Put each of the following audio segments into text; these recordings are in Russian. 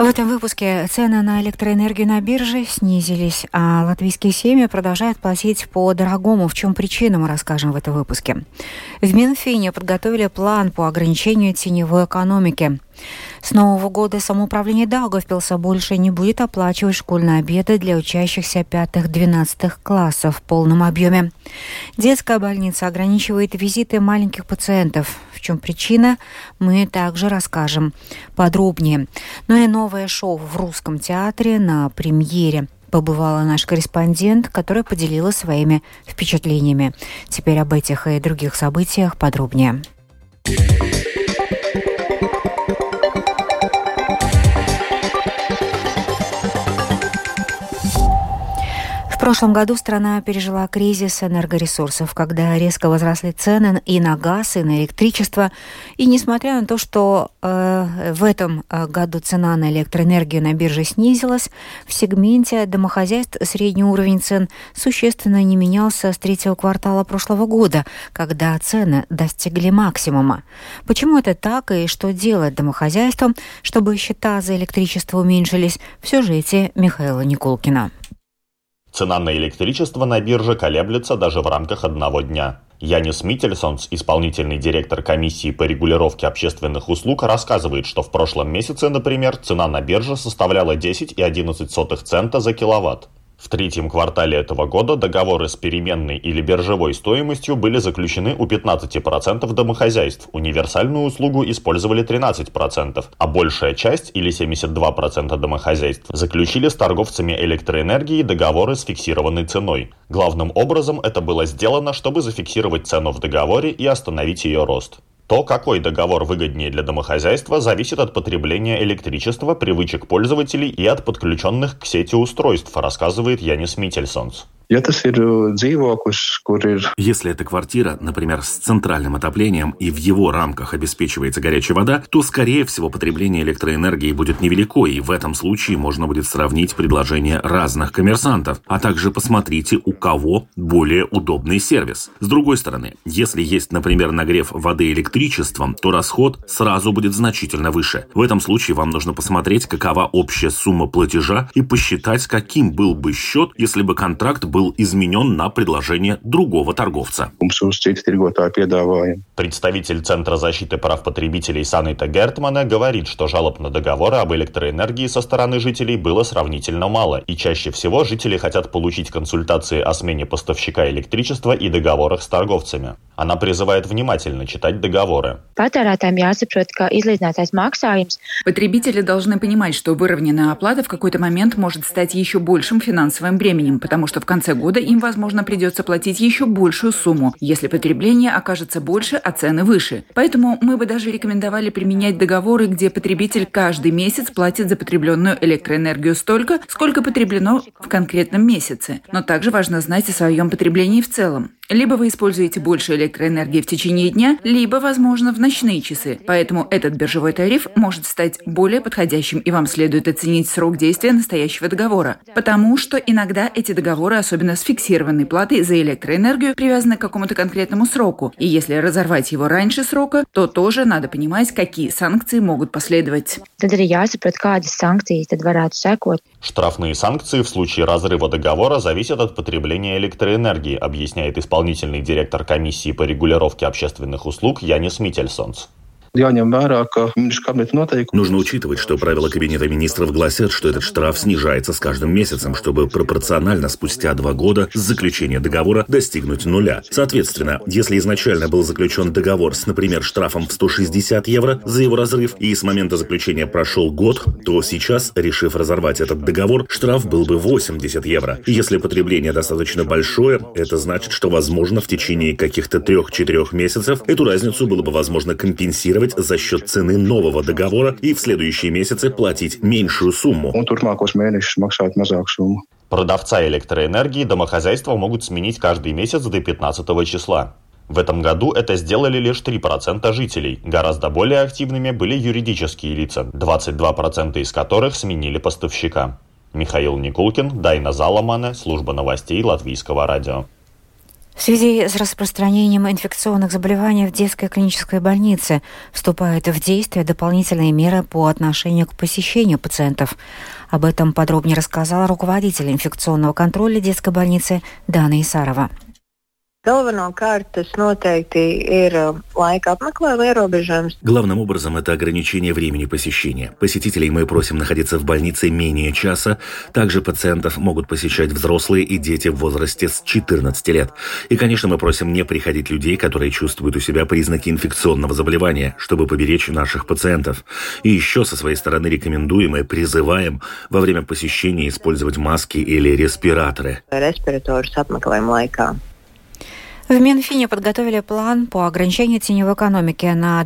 этом выпуске цены на электроэнергию на бирже снизились, а латвийские семьи продолжают платить по-дорогому. В чем причина, мы расскажем в этом выпуске. В Минфине подготовили план по ограничению теневой экономики. С нового года самоуправление Даугавпилса больше не будет оплачивать школьные обеды для учащихся 5-12 классов в полном объеме. Детская больница ограничивает визиты маленьких пациентов. В чем причина, мы также расскажем подробнее. Ну и новое шоу в Русском театре на премьере. Побывала наш корреспондент, который поделилась своими впечатлениями. Теперь об этих и других событиях подробнее. В прошлом году страна пережила кризис энергоресурсов, когда резко возросли цены и на газ, и на электричество. И несмотря на то, что в этом году цена на электроэнергию на бирже снизилась, в сегменте домохозяйств средний уровень цен существенно не менялся с третьего квартала прошлого года, когда цены достигли максимума. Почему это так и что делать домохозяйствам, чтобы счета за электричество уменьшились, в сюжете Михаила Никулкина. Цена на электричество на бирже колеблется даже в рамках одного дня. Янис Миттельсонс, исполнительный директор комиссии по регулировке общественных услуг, рассказывает, что в прошлом месяце, например, цена на бирже составляла 10,11 цента за киловатт. В третьем квартале этого года договоры с переменной или биржевой стоимостью были заключены у 15% домохозяйств, универсальную услугу использовали 13%, а большая часть, или 72% домохозяйств, заключили с торговцами электроэнергии договоры с фиксированной ценой. Главным образом это было сделано, чтобы зафиксировать цену в договоре и остановить ее рост. То, какой договор выгоднее для домохозяйства, зависит от потребления электричества, привычек пользователей и от подключенных к сети устройств, рассказывает Янис Миттельсонс. Если это квартира, например, с центральным отоплением и в его рамках обеспечивается горячая вода, то, скорее всего, потребление электроэнергии будет невелико, и в этом случае можно будет сравнить предложения разных коммерсантов, а также посмотрите, у кого более удобный сервис. С другой стороны, если есть, например, нагрев воды электричеством, то расход сразу будет значительно выше. В этом случае вам нужно посмотреть, какова общая сумма платежа и посчитать, каким был бы счет, если бы контракт был изменен на предложение другого торговца. Представитель Центра защиты прав потребителей Санита Гертмана говорит, что жалоб на договоры об электроэнергии со стороны жителей было сравнительно мало, и чаще всего жители хотят получить консультации о смене поставщика электричества и договорах с торговцами. Она призывает внимательно читать договоры. Потребители должны понимать, что выровненная оплата в какой-то момент может стать еще большим финансовым бременем, потому что в конце года им, возможно, придется платить еще большую сумму, если потребление окажется больше, а цены выше. Поэтому мы бы даже рекомендовали применять договоры, где потребитель каждый месяц платит за потребленную электроэнергию столько, сколько потреблено в конкретном месяце. Но также важно знать о своем потреблении в целом. Либо вы используете больше электроэнергии в течение дня, либо, возможно, в ночные часы. Поэтому этот биржевой тариф может стать более подходящим, и вам следует оценить срок действия настоящего договора. Потому что иногда эти договоры, особенно с фиксированной платой за электроэнергию, привязаны к какому-то конкретному сроку. И если разорвать его раньше срока, то тоже надо понимать, какие санкции могут последовать. Штрафные санкции в случае разрыва договора зависят от потребления электроэнергии, объясняет исполнительный директор комиссии по регулировке общественных услуг Янис Миттельсонс. Нужно учитывать, что правила Кабинета министров гласят, что этот штраф снижается с каждым месяцем, чтобы пропорционально спустя 2 года с заключения договора достигнуть нуля. Соответственно, если изначально был заключен договор с, например, штрафом в 160 евро за его разрыв, и с момента заключения прошел год, то сейчас, решив разорвать этот договор, штраф был бы 80 евро. И если потребление достаточно большое, это значит, что, возможно, в течение каких-то 3-4 месяцев эту разницу было бы возможно компенсировать за счет цены нового договора и в следующие месяцы платить меньшую сумму. Продавца электроэнергии домохозяйства могут сменить каждый месяц до 15 числа. В этом году это сделали лишь 3% жителей. Гораздо более активными были юридические лица, 22% из которых сменили поставщика. Михаил Никулкин, Дайна Заламане, служба новостей Латвийского радио. В связи с распространением инфекционных заболеваний в детской клинической больнице вступают в действие дополнительные меры по отношению к посещению пациентов. Об этом подробнее рассказала руководитель инфекционного контроля детской больницы Дана Исарова. Главным образом это ограничение времени посещения. Посетителей мы просим находиться в больнице менее часа. Также пациентов могут посещать взрослые и дети в возрасте с 14 лет. И, конечно, мы просим не приходить людей, которые чувствуют у себя признаки инфекционного заболевания, чтобы поберечь наших пациентов. И еще со своей стороны рекомендуем и призываем во время посещения использовать маски или респираторы. В Минфине подготовили план по ограничению теневой экономики на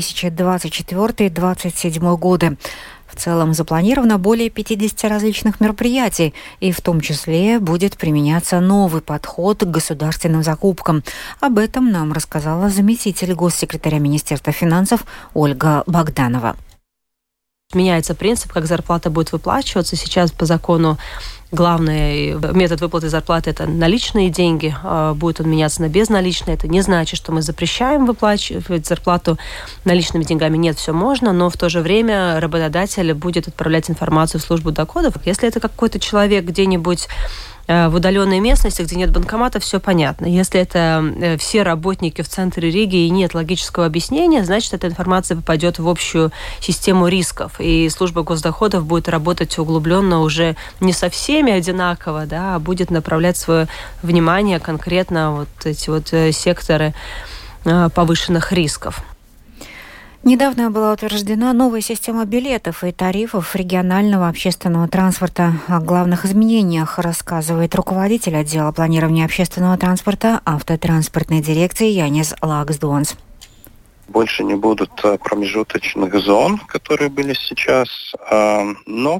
2024-2027 годы. В целом запланировано более 50 различных мероприятий, и в том числе будет применяться новый подход к государственным закупкам. Об этом нам рассказала заместитель госсекретаря Министерства финансов Ольга Богданова. Меняется принцип, как зарплата будет выплачиваться. Сейчас по закону главный метод выплаты зарплаты – это наличные деньги. Будет он меняться на безналичные. Это не значит, что мы запрещаем выплачивать зарплату наличными деньгами. Нет, все можно, но в то же время работодатель будет отправлять информацию в службу доходов. Если это какой-то человек где-нибудь в удаленной местности, где нет банкомата, все понятно. Если это все работники в центре Риги и нет логического объяснения, значит, эта информация попадет в общую систему рисков. И служба госдоходов будет работать углубленно уже не со всеми одинаково, да, а будет направлять свое внимание конкретно вот эти вот секторы повышенных рисков. Недавно была утверждена новая система билетов и тарифов регионального общественного транспорта. О главных изменениях рассказывает руководитель отдела планирования общественного транспорта автотранспортной дирекции Янис Лаксдонс. Больше не будут промежуточных зон, которые были сейчас, но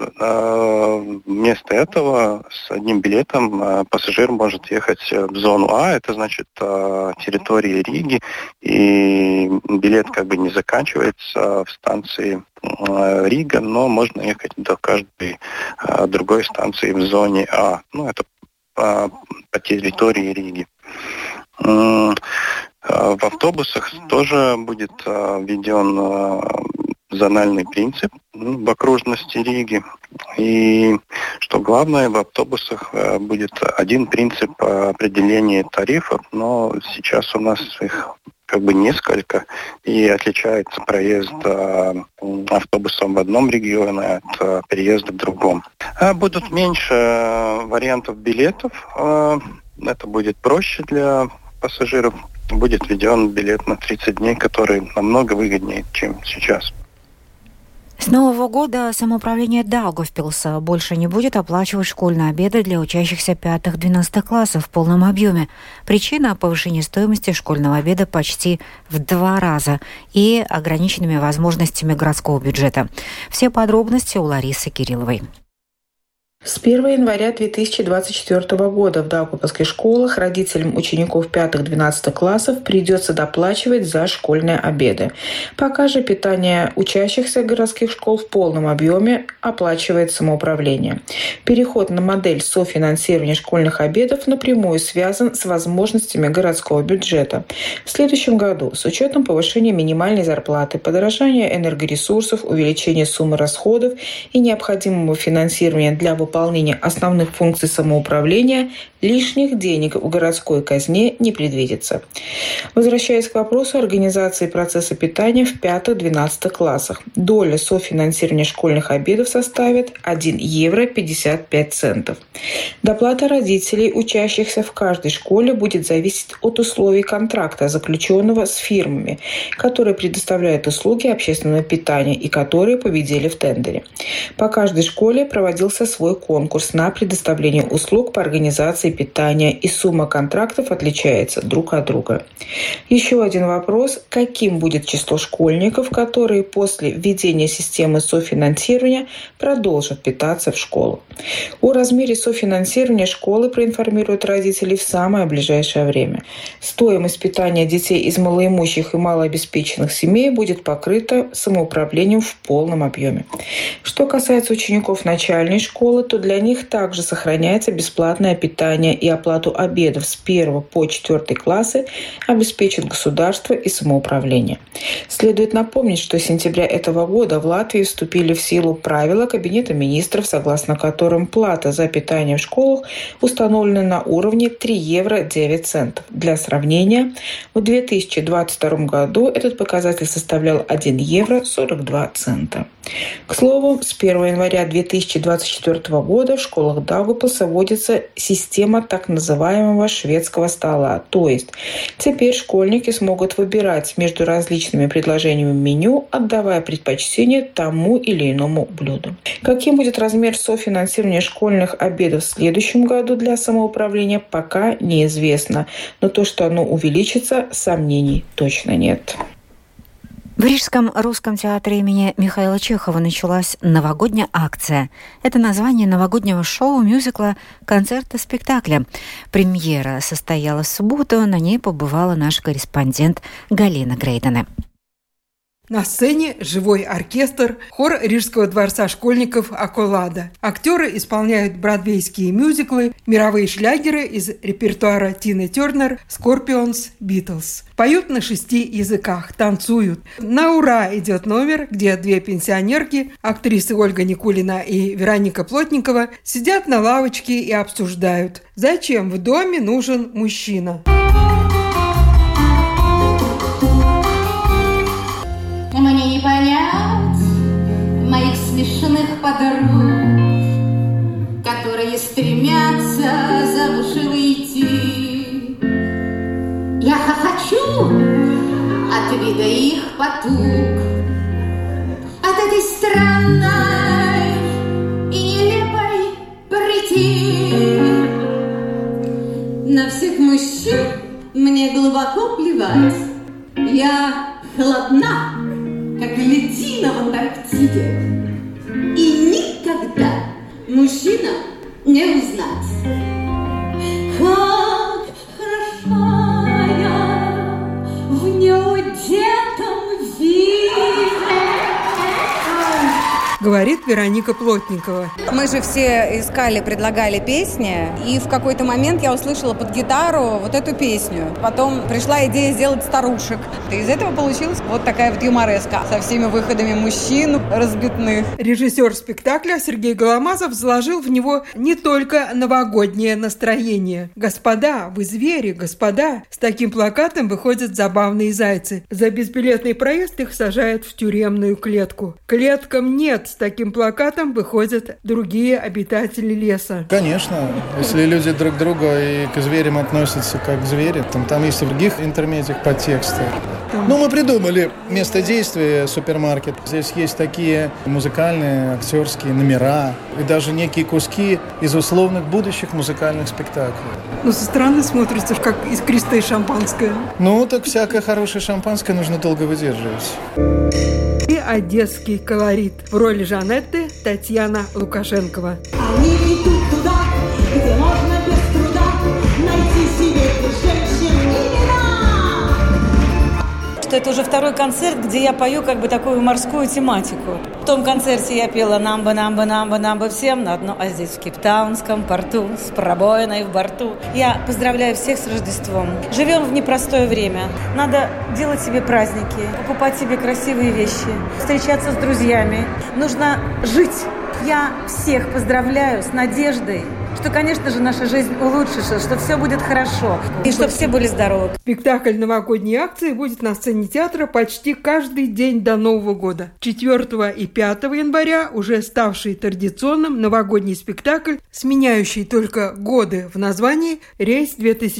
вместо этого с одним билетом пассажир может ехать в зону А, это значит территория Риги, и билет как бы не заканчивается в станции Рига, но можно ехать до каждой другой станции в зоне А. Ну, это по территории Риги. В автобусах тоже будет введен зональный принцип в окружности Риги. И что главное, в автобусах будет один принцип определения тарифов, но сейчас у нас их как бы несколько, и отличается проезд автобусом в одном регионе от переезда в другом. Будут меньше вариантов билетов, это будет проще для пассажиров. Будет введен билет на 30 дней, который намного выгоднее, чем сейчас. С Нового года самоуправление Даугавпилса больше не будет оплачивать школьные обеды для учащихся 5-12 классов в полном объеме. Причина – повышение стоимости школьного обеда почти в 2 раза и ограниченными возможностями городского бюджета. Все подробности у Ларисы Кирилловой. С 1 января 2024 года в даугавпилских школах родителям учеников 5-12 классов придется доплачивать за школьные обеды. Пока же питание учащихся городских школ в полном объеме оплачивает самоуправление. Переход на модель софинансирования школьных обедов напрямую связан с возможностями городского бюджета. В следующем году, с учетом повышения минимальной зарплаты, подорожания энергоресурсов, увеличения суммы расходов и необходимого финансирования для выполнения основных функций самоуправления, лишних денег в городской казне не предвидится. Возвращаясь к вопросу организации процесса питания в 5-12 классах, доля софинансирования школьных обедов составит 1 евро 55 центов. Доплата родителей, учащихся в каждой школе, будет зависеть от условий контракта, заключенного с фирмами, которые предоставляют услуги общественного питания и которые победили в тендере. По каждой школе проводился свой конкурс на предоставление услуг по организации питания, и сумма контрактов отличается друг от друга. Еще один вопрос: каким будет число школьников, которые после введения системы софинансирования продолжат питаться в школу? О размере софинансирования школы проинформируют родителей в самое ближайшее время. Стоимость питания детей из малоимущих и малообеспеченных семей будет покрыта самоуправлением в полном объеме. Что касается учеников начальной школы, то для них также сохраняется бесплатное питание и оплату обедов с 1 по 4 классы обеспечит государство и самоуправление. Следует напомнить, что с сентября этого года в Латвии вступили в силу правила Кабинета министров, согласно которым плата за питание в школах установлена на уровне 3 евро 9 центов. Для сравнения, в 2022 году этот показатель составлял 1 евро 42 цента. К слову, с 1 января 2024 года в школах Даугавпилса вводится система так называемого шведского стола. То есть теперь школьники смогут выбирать между различными предложениями меню, отдавая предпочтение тому или иному блюду. Каким будет размер софинансирования школьных обедов в следующем году для самоуправления, пока неизвестно. Но то, что оно увеличится, сомнений точно нет. В Рижском русском театре имени Михаила Чехова началась новогодняя акция. Это название новогоднего шоу, мюзикла, концерта, спектакля. Премьера состоялась в субботу, на ней побывала наш корреспондент Галина Грейдене. На сцене живой оркестр, хор Рижского дворца школьников «Аколада». Актеры исполняют бродвейские мюзиклы, мировые шлягеры из репертуара Тины Тернер, Скорпионс, Битлз. Поют на 6 языках, танцуют. На ура идет номер, где 2 пенсионерки, актрисы Ольга Никулина и Вероника Плотникова, сидят на лавочке и обсуждают, зачем в доме нужен мужчина. Мне не понять моих смешных подруг, которые стремятся за уши выйти. Я хохочу от вида их потуг, от этой странной и нелепой прыти. На всех мужчин мне глубоко плевать. Я холодна, как льдина в Антарктиде. И никогда мужчина не узнать. Как хороша я в неудетом виде. Говорит Вероника Плотникова. Мы же все искали, предлагали песни, и в какой-то момент я услышала под гитару вот эту песню. Потом пришла идея сделать старушек. И из этого получилась вот такая вот юмореска со всеми выходами мужчин разбитных. Режиссер спектакля Сергей Голомазов заложил в него не только новогоднее настроение. «Господа, вы звери, господа!» С таким плакатом выходят забавные зайцы. За безбилетный проезд их сажают в тюремную клетку. Клеткам нет. С таким плакатом выходят другие обитатели леса. Конечно, если люди друг к другу и к зверям относятся как к зверям, там есть и в других интермедиях подтексты. Ну, мы придумали место действия супермаркет. Здесь есть такие музыкальные, актерские номера и даже некие куски из условных будущих музыкальных спектаклей. Ну, со стороны смотрится, как искристое шампанское. Ну, так всякое хорошее шампанское нужно долго выдерживать. И одесский колорит. В роли Жанетты Татьяна Лукашенкова. Они идут туда, где можно без труда найти себе женщин имена. Что это уже второй концерт, где я пою как бы такую морскую тематику. В том концерте я пела «Намба, намба, намба, намба» всем на одно, а здесь в Кейптаунском порту с пробоиной в борту. Я поздравляю всех с Рождеством. Живем в непростое время. Надо делать себе праздники, покупать себе красивые вещи, встречаться с друзьями. Нужно жить. Я всех поздравляю с надеждой, что, конечно же, наша жизнь улучшится, что все будет хорошо и чтобы все были здоровы. Спектакль новогодней акции будет на сцене театра почти каждый день до Нового года. 4 и 5 января уже ставший традиционным новогодний спектакль, сменяющий только годы в названии «Рейс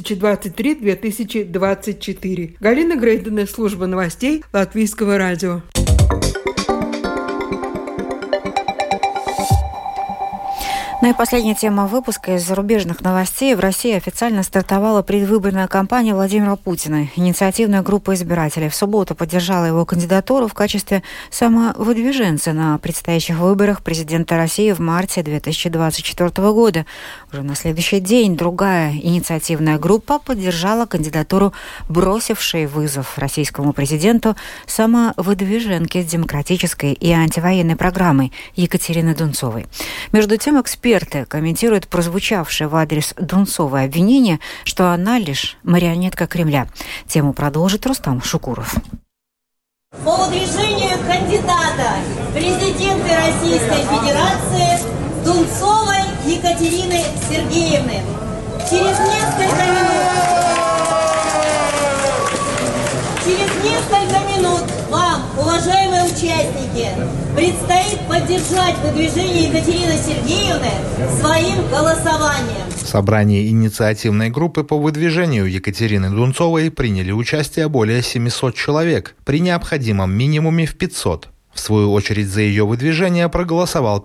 2023-2024». Галина Грейдене, служба новостей Латвийского радио. Ну и последняя тема выпуска из зарубежных новостей. В России официально стартовала предвыборная кампания Владимира Путина. Инициативная группа избирателей в субботу поддержала его кандидатуру в качестве самовыдвиженца на предстоящих выборах президента России в марте 2024 года. Уже на следующий день другая инициативная группа поддержала кандидатуру, бросившей вызов российскому президенту самовыдвиженки с демократической и антивоенной программой Екатерины Дунцовой. Между тем, эксперты Эксперты комментируют прозвучавшее в адрес Дунцовой обвинение, что она лишь марионетка Кремля. Тему продолжит Рустам Шукуров. По выдвижению кандидата в президенты Российской Федерации Дунцовой Екатерины Сергеевны. Через несколько минут вам, уважаемые участники, предстоит поддержать выдвижение Екатерины Сергеевны своим голосованием. В собрании инициативной группы по выдвижению Екатерины Дунцовой приняли участие более 700 человек, при необходимом минимуме в 500. В свою очередь за ее выдвижение проголосовал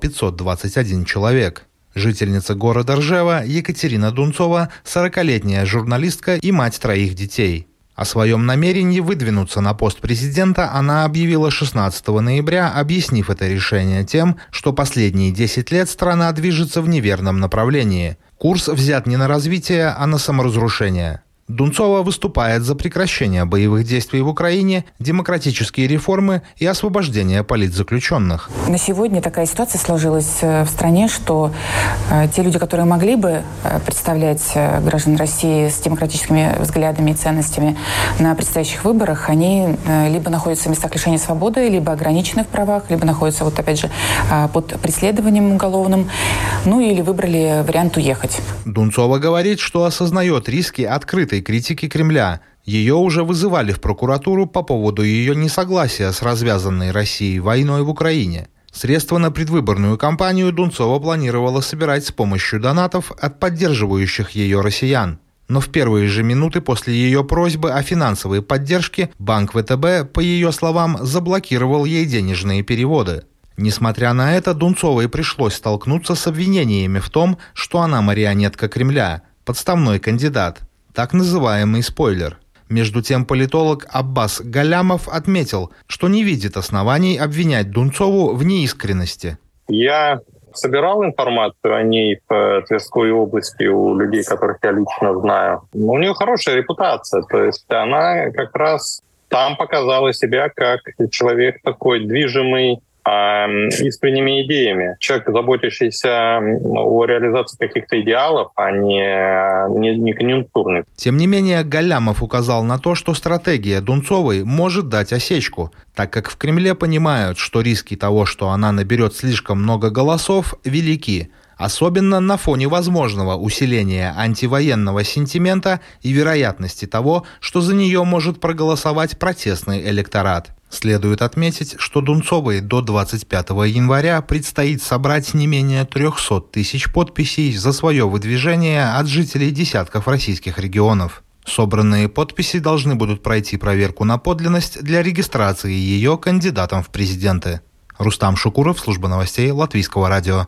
521 человек. Жительница города Ржева Екатерина Дунцова – 40-летняя журналистка и мать 3 детей. О своем намерении выдвинуться на пост президента она объявила 16 ноября, объяснив это решение тем, что последние 10 лет страна движется в неверном направлении. Курс взят не на развитие, а на саморазрушение. Дунцова выступает за прекращение боевых действий в Украине, демократические реформы и освобождение политзаключенных. На сегодня такая ситуация сложилась в стране, что те люди, которые могли бы представлять граждан России с демократическими взглядами и ценностями на предстоящих выборах, они либо находятся в местах лишения свободы, либо ограничены в правах, либо находятся, опять же, под преследованием уголовным, или выбрали вариант уехать. Дунцова говорит, что осознает риски открытой критики Кремля. Ее уже вызывали в прокуратуру по поводу ее несогласия с развязанной Россией войной в Украине. Средства на предвыборную кампанию Дунцова планировала собирать с помощью донатов от поддерживающих ее россиян. Но в первые же минуты после ее просьбы о финансовой поддержке банк ВТБ, по ее словам, заблокировал ей денежные переводы. Несмотря на это, Дунцовой пришлось столкнуться с обвинениями в том, что она марионетка Кремля, подставной кандидат. Так называемый спойлер. Между тем политолог Аббас Галямов отметил, что не видит оснований обвинять Дунцову в неискренности. Я собирал информацию о ней в Тверской области у людей, которых я лично знаю. У нее хорошая репутация, то есть она как раз там показала себя как человек такой движимый искренними идеями. Человек, заботящийся о реализации каких-то идеалов, а не конъюнктурный. Тем не менее, Галямов указал на то, что стратегия Дунцовой может дать осечку, так как в Кремле понимают, что риски того, что она наберет слишком много голосов, велики. Особенно на фоне возможного усиления антивоенного сентимента и вероятности того, что за нее может проголосовать протестный электорат. Следует отметить, что Дунцовой до 25 января предстоит собрать не менее 300 тысяч подписей за свое выдвижение от жителей десятков российских регионов. Собранные подписи должны будут пройти проверку на подлинность для регистрации ее кандидатом в президенты. Рустам Шукуров, служба новостей Латвийского радио.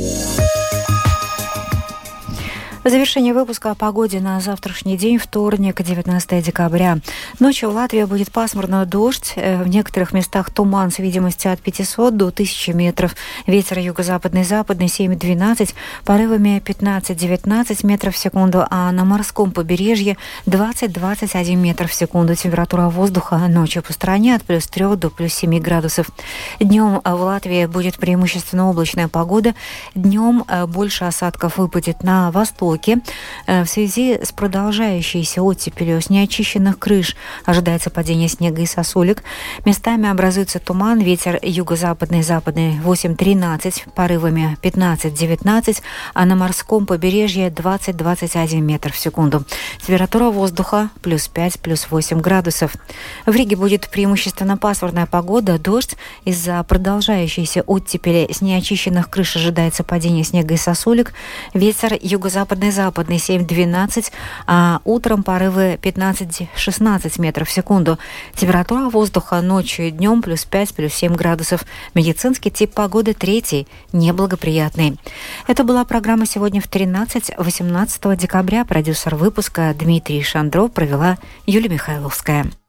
Завершение выпуска о погоде на завтрашний день, вторник, 19 декабря. Ночью в Латвии будет пасмурно, дождь, в некоторых местах туман с видимостью от 500 до 1000 метров. Ветер юго-западный, западный 7-12, порывами 15-19 метров в секунду, а на морском побережье 20-21 метров в секунду. Температура воздуха ночью по стране от плюс 3 до плюс 7 градусов. Днем в Латвии будет преимущественно облачная погода. Днем больше осадков выпадет на востоке. В связи с продолжающейся оттепелью с неочищенных крыш ожидается падение снега и сосулек. Местами образуется туман, ветер юго-западный, западный 8-13, порывами 15-19, а на морском побережье 20-21 метр в секунду. Температура воздуха плюс 5, плюс 8 градусов. В Риге будет преимущественно пасмурная погода, дождь. Из-за продолжающейся оттепели с неочищенных крыш ожидается падение снега и сосулек. Ветер юго-западный, западный 7-12, а утром порывы 15-16 метров в секунду. Температура воздуха ночью и днем плюс 5, плюс 7 градусов. Медицинский тип погоды 3, неблагоприятный. Это была программа «Сегодня в 13-18 декабря». Продюсер выпуска Дмитрий Шандров, провела Юлия Михайловская.